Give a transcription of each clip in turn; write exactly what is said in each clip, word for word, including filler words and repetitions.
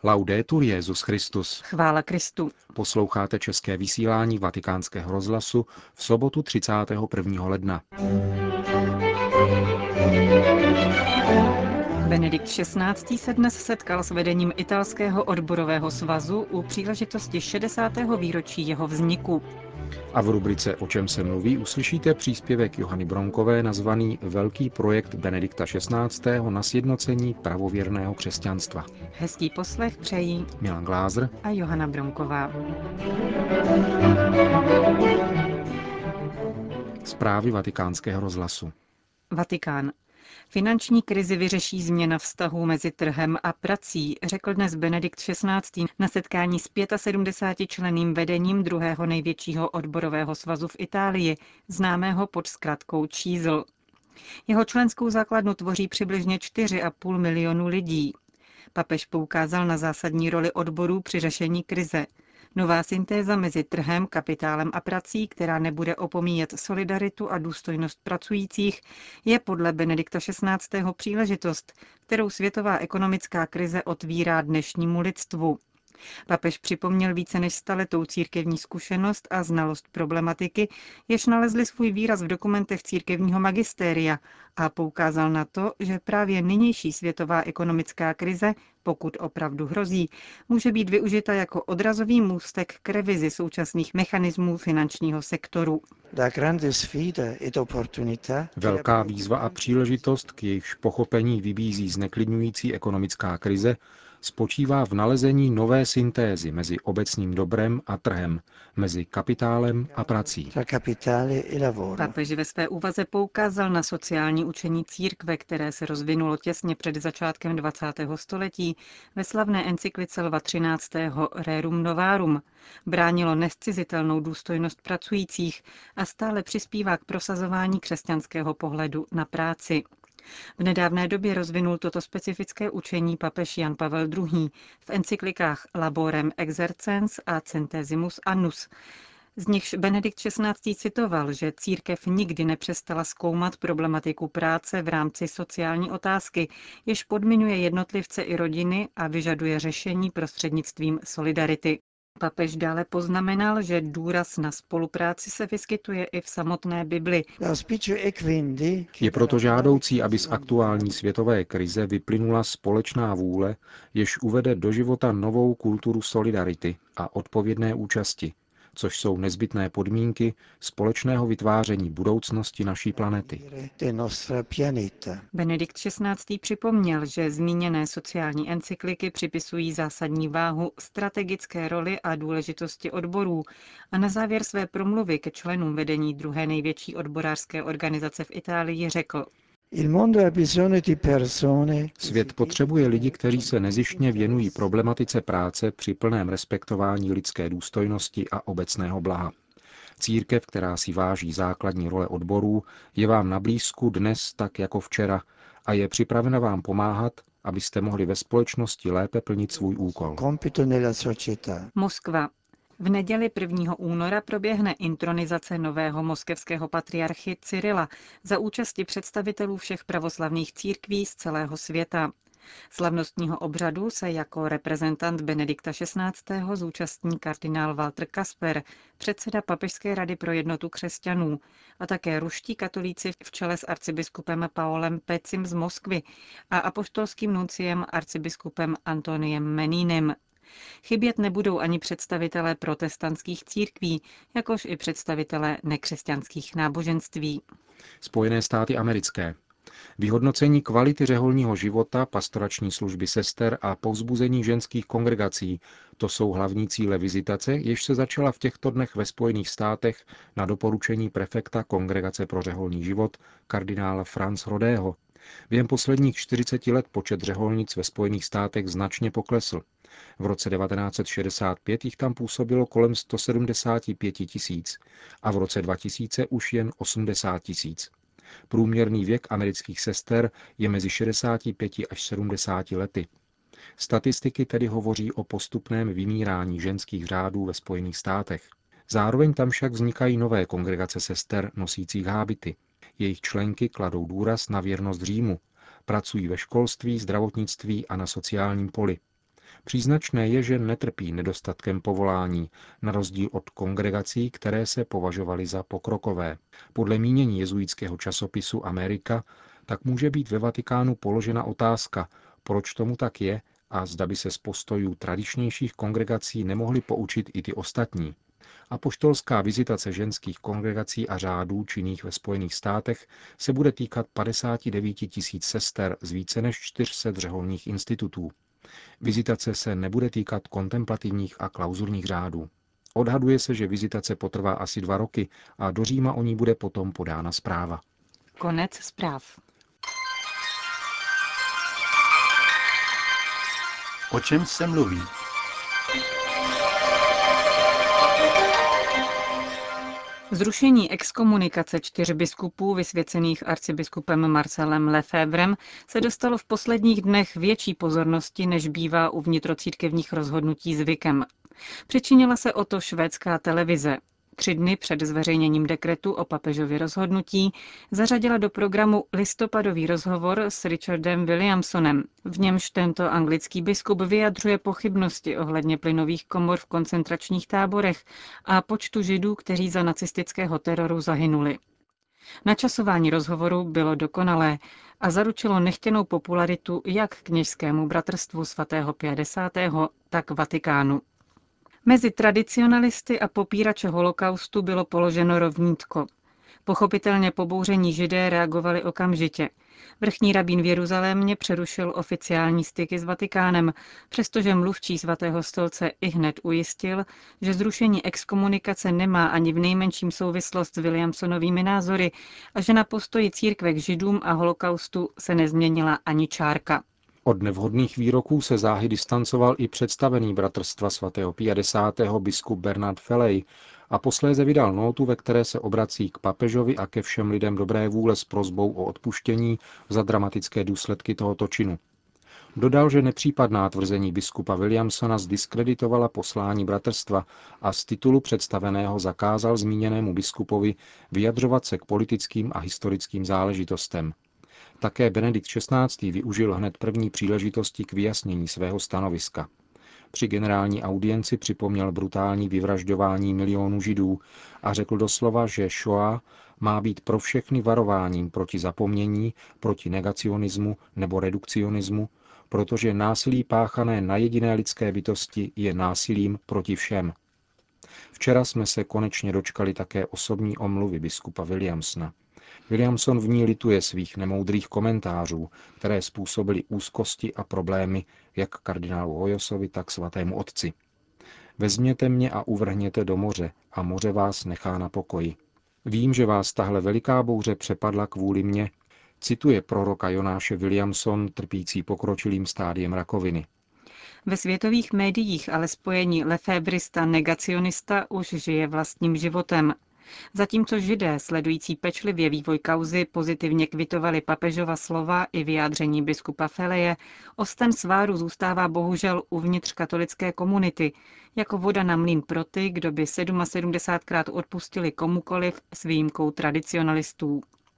Laudetur Jesus Christus. Chvála Kristu. Posloucháte české vysílání Vatikánského rozhlasu v sobotu třicátého prvního ledna. Benedikt šestnáctý. se dnes setkal s vedením italského odborového svazu u příležitosti šedesátého výročí jeho vzniku. A v rubrice O čem se mluví uslyšíte příspěvek Johany Bronkové nazvaný Velký projekt Benedikta šestnáctého. na sjednocení pravověrného křesťanstva. Hezký poslech přejí Milan Glázer a Johana Bronková. Zprávy Vatikánského rozhlasu. Vatikán. Finanční krizi vyřeší změna vztahů mezi trhem a prací, řekl dnes Benedikt šestnáctý. na setkání s sedmdesátičlenným vedením druhého největšího odborového svazu v Itálii, známého pod zkratkou Čízl. Jeho členskou základnu tvoří přibližně čtyři a půl milionu lidí. Papež poukázal na zásadní roli odborů při řešení krize. Nová syntéza mezi trhem, kapitálem a prací, která nebude opomíjet solidaritu a důstojnost pracujících, je podle Benedikta šestnáctého. příležitost, kterou světová ekonomická krize otvírá dnešnímu lidstvu. Papež připomněl více než staletou církevní zkušenost a znalost problematiky, jež nalezli svůj výraz v dokumentech církevního magistéria, a poukázal na to, že právě nynější světová ekonomická krize, pokud opravdu hrozí, může být využita jako odrazový můstek k revizi současných mechanismů finančního sektoru. Velká výzva a příležitost, k jejichž pochopení vybízí zneklidňující ekonomická krize, spočívá v nalezení nové syntézy mezi obecným dobrem a trhem, mezi kapitálem a prací. Papež ve své úvaze poukázal na sociální učení církve, které se rozvinulo těsně před začátkem dvacátého století ve slavné encyklice Lva třináctého. Rerum Novarum. Bránilo nescizitelnou důstojnost pracujících a stále přispívá k prosazování křesťanského pohledu na práci. V nedávné době rozvinul toto specifické učení papež Jan Pavel druhý. v encyklikách Laborem Exercens a Centesimus Annus. Z nichž Benedikt šestnáctý. citoval, že církev nikdy nepřestala zkoumat problematiku práce v rámci sociální otázky, jež podmiňuje jednotlivce i rodiny a vyžaduje řešení prostřednictvím solidarity. Papež dále poznamenal, že důraz na spolupráci se vyskytuje i v samotné Bibli. Je proto žádoucí, aby z aktuální světové krize vyplynula společná vůle, jež uvede do života novou kulturu solidarity a odpovědné účasti, což jsou nezbytné podmínky společného vytváření budoucnosti naší planety. Benedikt šestnáctý. připomněl, že zmíněné sociální encykliky připisují zásadní váhu strategické roli a důležitosti odborů a na závěr své promluvy ke členům vedení druhé největší odborářské organizace v Itálii řekl: Svět potřebuje lidi, kteří se nezištně věnují problematice práce při plném respektování lidské důstojnosti a obecného blaha. Církev, která si váží základní role odborů, je vám na blízku dnes tak jako včera a je připravena vám pomáhat, abyste mohli ve společnosti lépe plnit svůj úkol. Moskva. V neděli prvního února proběhne intronizace nového moskevského patriarchy Cyrila za účasti představitelů všech pravoslavných církví z celého světa. Slavnostního obřadu se jako reprezentant Benedikta šestnáctého. zúčastní kardinál Walter Kasper, předseda Papežské rady pro jednotu křesťanů, a také ruští katolíci v čele s arcibiskupem Paolem Pecim z Moskvy a apoštolským nunciem arcibiskupem Antoniem Meninem. Chybět nebudou ani představitelé protestantských církví, jakož i představitelé nekřesťanských náboženství. Spojené státy americké. Vyhodnocení kvality řeholního života, pastorační služby sester a povzbuzení ženských kongregací, to jsou hlavní cíle vizitace, jež se začala v těchto dnech ve Spojených státech na doporučení prefekta Kongregace pro řeholní život kardinála Franz Rodého. Během posledních čtyřiceti let počet řeholnic ve Spojených státech značně poklesl. V roce devatenáct set šedesát pět jich tam působilo kolem sto sedmdesát pět tisíc a v roce dva tisíce už jen osmdesát tisíc. Průměrný věk amerických sester je mezi šedesáti pěti až sedmdesáti lety. Statistiky tedy hovoří o postupném vymírání ženských řádů ve Spojených státech. Zároveň tam však vznikají nové kongregace sester nosících hábity. Jejich členky kladou důraz na věrnost Římu, pracují ve školství, zdravotnictví a na sociálním poli. Příznačné je, že netrpí nedostatkem povolání, na rozdíl od kongregací, které se považovaly za pokrokové. Podle mínění jezuitského časopisu Amerika tak může být ve Vatikánu položena otázka, proč tomu tak je a zda by se z postojů tradičnějších kongregací nemohly poučit i ty ostatní. Apoštolská vizitace ženských kongregací a řádů činných ve Spojených státech se bude týkat padesát devět tisíc sester z více než čtyř set řeholních institutů. Vizitace se nebude týkat kontemplativních a klauzurních řádů. Odhaduje se, že vizitace potrvá asi dva roky a do Říma o ní bude potom podána zpráva. Konec zpráv. O čem se mluví? Zrušení exkomunikace čtyř biskupů vysvěcených arcibiskupem Marcelem Lefevrem se dostalo v posledních dnech větší pozornosti, než bývá u vnitrocírkevních rozhodnutí zvykem. Přičinila se o to švédská televize. Tři dny před zveřejněním dekretu o papežově rozhodnutí zařadila do programu listopadový rozhovor s Richardem Williamsonem. V němž tento anglický biskup vyjadřuje pochybnosti ohledně plynových komor v koncentračních táborech a počtu židů, kteří za nacistického teroru zahynuli. Načasování rozhovoru bylo dokonalé a zaručilo nechtěnou popularitu jak kněžskému bratrstvu svatého padesátého tak Vatikánu. Mezi tradicionalisty a popírače holokaustu bylo položeno rovnítko. Pochopitelně pobouření Židé reagovali okamžitě. Vrchní rabín v Jeruzalémě přerušil oficiální styky s Vatikánem, přestože mluvčí svatého stolce ihned ujistil, že zrušení exkomunikace nemá ani v nejmenším souvislost s Williamsonovými názory a že na postoji církve k Židům a holokaustu se nezměnila ani čárka. Od nevhodných výroků se záhy distancoval i představený bratrstva svatého padesátého biskup Bernard Felley a posléze vydal nótu, ve které se obrací k papežovi a ke všem lidem dobré vůle s prosbou o odpuštění za dramatické důsledky tohoto činu. Dodal, že nepřípadná tvrzení biskupa Williamsona zdiskreditovala poslání bratrstva a z titulu představeného zakázal zmíněnému biskupovi vyjadřovat se k politickým a historickým záležitostem. Také Benedikt šestnáctý využil hned první příležitosti k vyjasnění svého stanoviska. Při generální audienci připomněl brutální vyvražďování milionů Židů a řekl doslova, že Shoah má být pro všechny varováním proti zapomnění, proti negacionismu nebo redukcionismu, protože násilí páchané na jediné lidské bytosti je násilím proti všem. Včera jsme se konečně dočkali také osobní omluvy biskupa Williamsona. Williamson v ní lituje svých nemoudrých komentářů, které způsobily úzkosti a problémy jak kardinálu Hoyosovi, tak svatému otci. Vezměte mě a uvrhněte do moře a moře vás nechá na pokoji. Vím, že vás tahle veliká bouře přepadla kvůli mně, cituje proroka Jonáše Williamson, trpící pokročilým stádiem rakoviny. Ve světových médiích ale spojení lefébrista negacionista už žije vlastním životem. Zatímco Židé, sledující pečlivě vývoj kauzy, pozitivně kvitovali papežova slova i vyjádření biskupa Feleje, osten sváru zůstává bohužel uvnitř katolické komunity, jako voda na mlýn pro ty, kdo by sedmdesátkrát odpustili komukoliv s výjimkou tradicionalistů.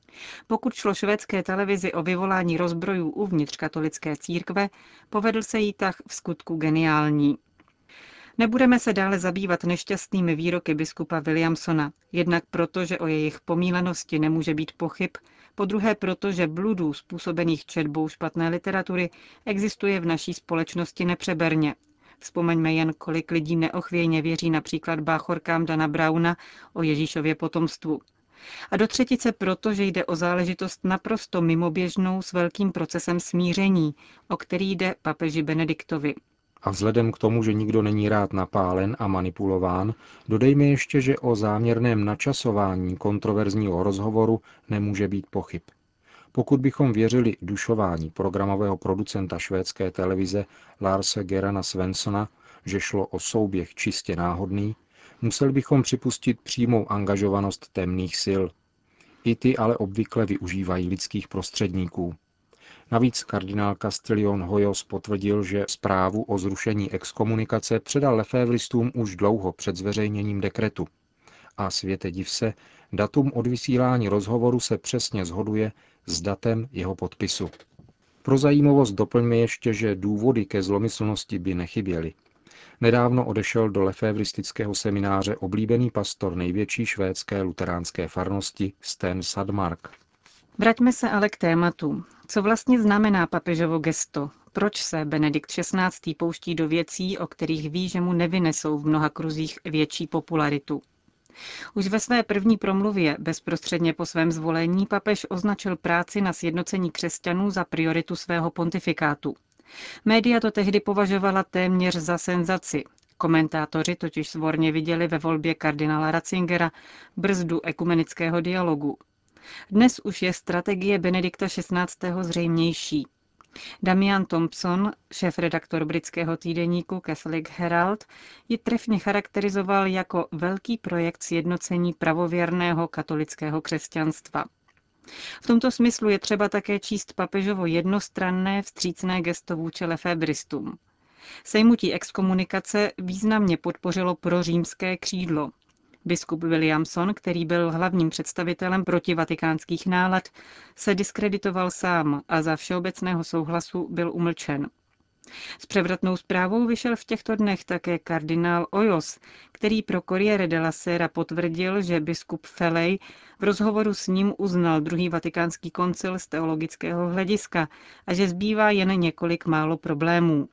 Pokud šlo švédské televizi o vyvolání rozbrojů uvnitř katolické církve, povedl se jí tah v skutku geniální. Nebudeme se dále zabývat nešťastnými výroky biskupa Williamsona, jednak proto, že o jejich pomílenosti nemůže být pochyb, po druhé proto, že bludů způsobených četbou špatné literatury existuje v naší společnosti nepřeberně. Vzpomeňme jen, kolik lidí neochvějně věří například báchorkám Dana Browna o Ježíšově potomstvu. A do třetice proto, že jde o záležitost naprosto mimoběžnou s velkým procesem smíření, o který jde papeži Benediktovi. A vzhledem k tomu, že nikdo není rád napálen a manipulován, dodejme ještě, že o záměrném načasování kontroverzního rozhovoru nemůže být pochyb. Pokud bychom věřili dušování programového producenta švédské televize Larse Gerana Svenssona, že šlo o souběh čistě náhodný, museli bychom připustit přímou angažovanost temných sil. I ty ale obvykle využívají lidských prostředníků. Navíc kardinál Castellion Hoyos potvrdil, že zprávu o zrušení exkomunikace předal lefévristům už dlouho před zveřejněním dekretu. A světe div se, datum odvysílání rozhovoru se přesně shoduje s datem jeho podpisu. Pro zajímavost doplňme ještě, že důvody ke zlomyslnosti by nechyběly. Nedávno odešel do lefévristického semináře oblíbený pastor největší švédské luteránské farnosti Sten Sadmark. Vraťme se ale k tématu. Co vlastně znamená papežovo gesto? Proč se Benedikt šestnáctý pouští do věcí, o kterých ví, že mu nevynesou v mnoha kruzích větší popularitu? Už ve své první promluvě, bezprostředně po svém zvolení, papež označil práci na sjednocení křesťanů za prioritu svého pontifikátu. Média to tehdy považovala téměř za senzaci. Komentátoři totiž svorně viděli ve volbě kardinála Ratzingera brzdu ekumenického dialogu. Dnes už je strategie Benedikta šestnáctého zřejmější. Damian Thompson, šéfredaktor britského týdeníku Catholic Herald, ji trefně charakterizoval jako velký projekt sjednocení pravověrného katolického křesťanstva. V tomto smyslu je třeba také číst papežovo jednostranné vstřícné gesto vůči lefébristům. Sejmutí exkomunikace významně podpořilo prořímské křídlo. Biskup Williamson, který byl hlavním představitelem protivatikánských nálad, se diskreditoval sám a za všeobecného souhlasu byl umlčen. S převratnou zprávou vyšel v těchto dnech také kardinál Ojos, který pro Corriere della Sera potvrdil, že biskup Felej v rozhovoru s ním uznal druhý vatikánský koncil z teologického hlediska a že zbývá jen několik málo problémů.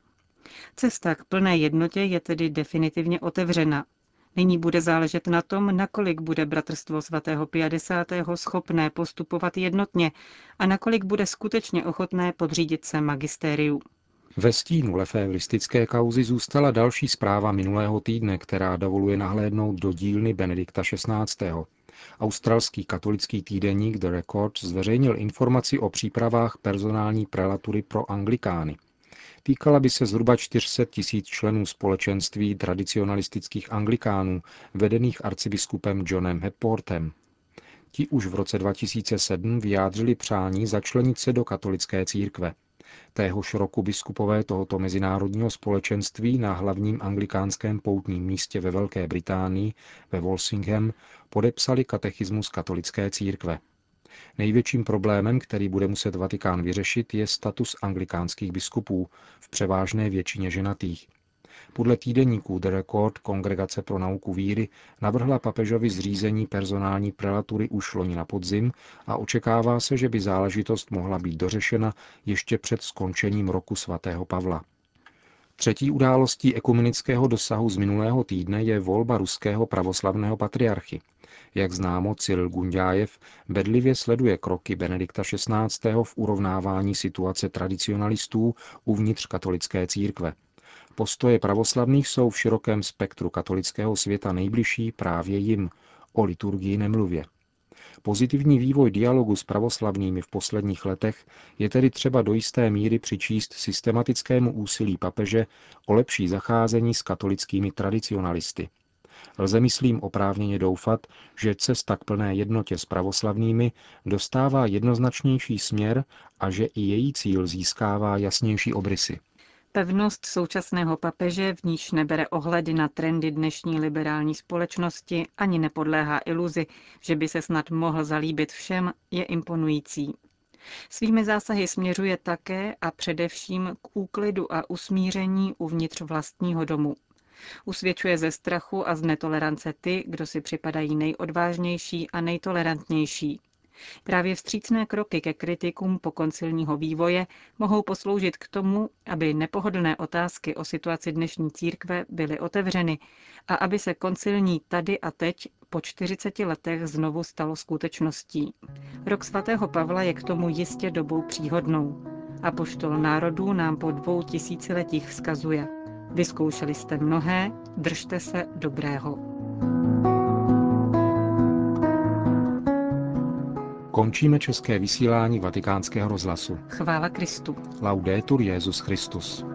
Cesta k plné jednotě je tedy definitivně otevřena. Nyní bude záležet na tom, nakolik bude bratrstvo svatého padesátého schopné postupovat jednotně a nakolik bude skutečně ochotné podřídit se magistériu. Ve stínu lefévristické kauzy zůstala další zpráva minulého týdne, která dovoluje nahlédnout do dílny Benedikta šestnáctého. Australský katolický týdeník The Record zveřejnil informaci o přípravách personální prelatury pro anglikány. Týkala by se zhruba čtyři sta tisíc členů společenství tradicionalistických anglikánů, vedených arcibiskupem Johnem Hepworthem. Ti už v roce dva tisíce sedm vyjádřili přání začlenit se do katolické církve. Téhož roku biskupové tohoto mezinárodního společenství na hlavním anglikánském poutním místě ve Velké Británii, ve Walsingham, podepsali katechismus katolické církve. Největším problémem, který bude muset Vatikán vyřešit, je status anglikánských biskupů, v převážné většině ženatých. Podle týdeníků The Record Kongregace pro nauku víry navrhla papežovi zřízení personální prelatury už loni na podzim a očekává se, že by záležitost mohla být dořešena ještě před skončením roku svatého Pavla. Třetí událostí ekumenického dosahu z minulého týdne je volba ruského pravoslavného patriarchy. Jak známo, Cyril Gunďájev bedlivě sleduje kroky Benedikta šestnáctého v urovnávání situace tradicionalistů uvnitř katolické církve. Postoje pravoslavných jsou v širokém spektru katolického světa nejbližší právě jim, o liturgii nemluvě. Pozitivní vývoj dialogu s pravoslavnými v posledních letech je tedy třeba do jisté míry přičíst systematickému úsilí papeže o lepší zacházení s katolickými tradicionalisty. Lze, myslím, oprávněně doufat, že cesta k plné jednotě s pravoslavnými dostává jednoznačnější směr a že i její cíl získává jasnější obrysy. Pevnost současného papeže, v níž nebere ohledy na trendy dnešní liberální společnosti ani nepodléhá iluzi, že by se snad mohl zalíbit všem, je imponující. Svými zásahy směřuje také a především k úklidu a usmíření uvnitř vlastního domu. Usvědčuje ze strachu a z netolerance ty, kdo si připadají nejodvážnější a nejtolerantnější. Právě vstřícné kroky ke kritikům pokoncilního vývoje mohou posloužit k tomu, aby nepohodlné otázky o situaci dnešní církve byly otevřeny a aby se koncilní tady a teď po čtyřiceti letech znovu stalo skutečností. Rok svatého Pavla je k tomu jistě dobou příhodnou. Apoštol národů nám po dvou tisíciletích vzkazuje: vyzkoušeli jste mnohé, držte se dobrého. Končíme české vysílání Vatikánského rozhlasu. Chvála Kristu. Laudetur Jesus Christus.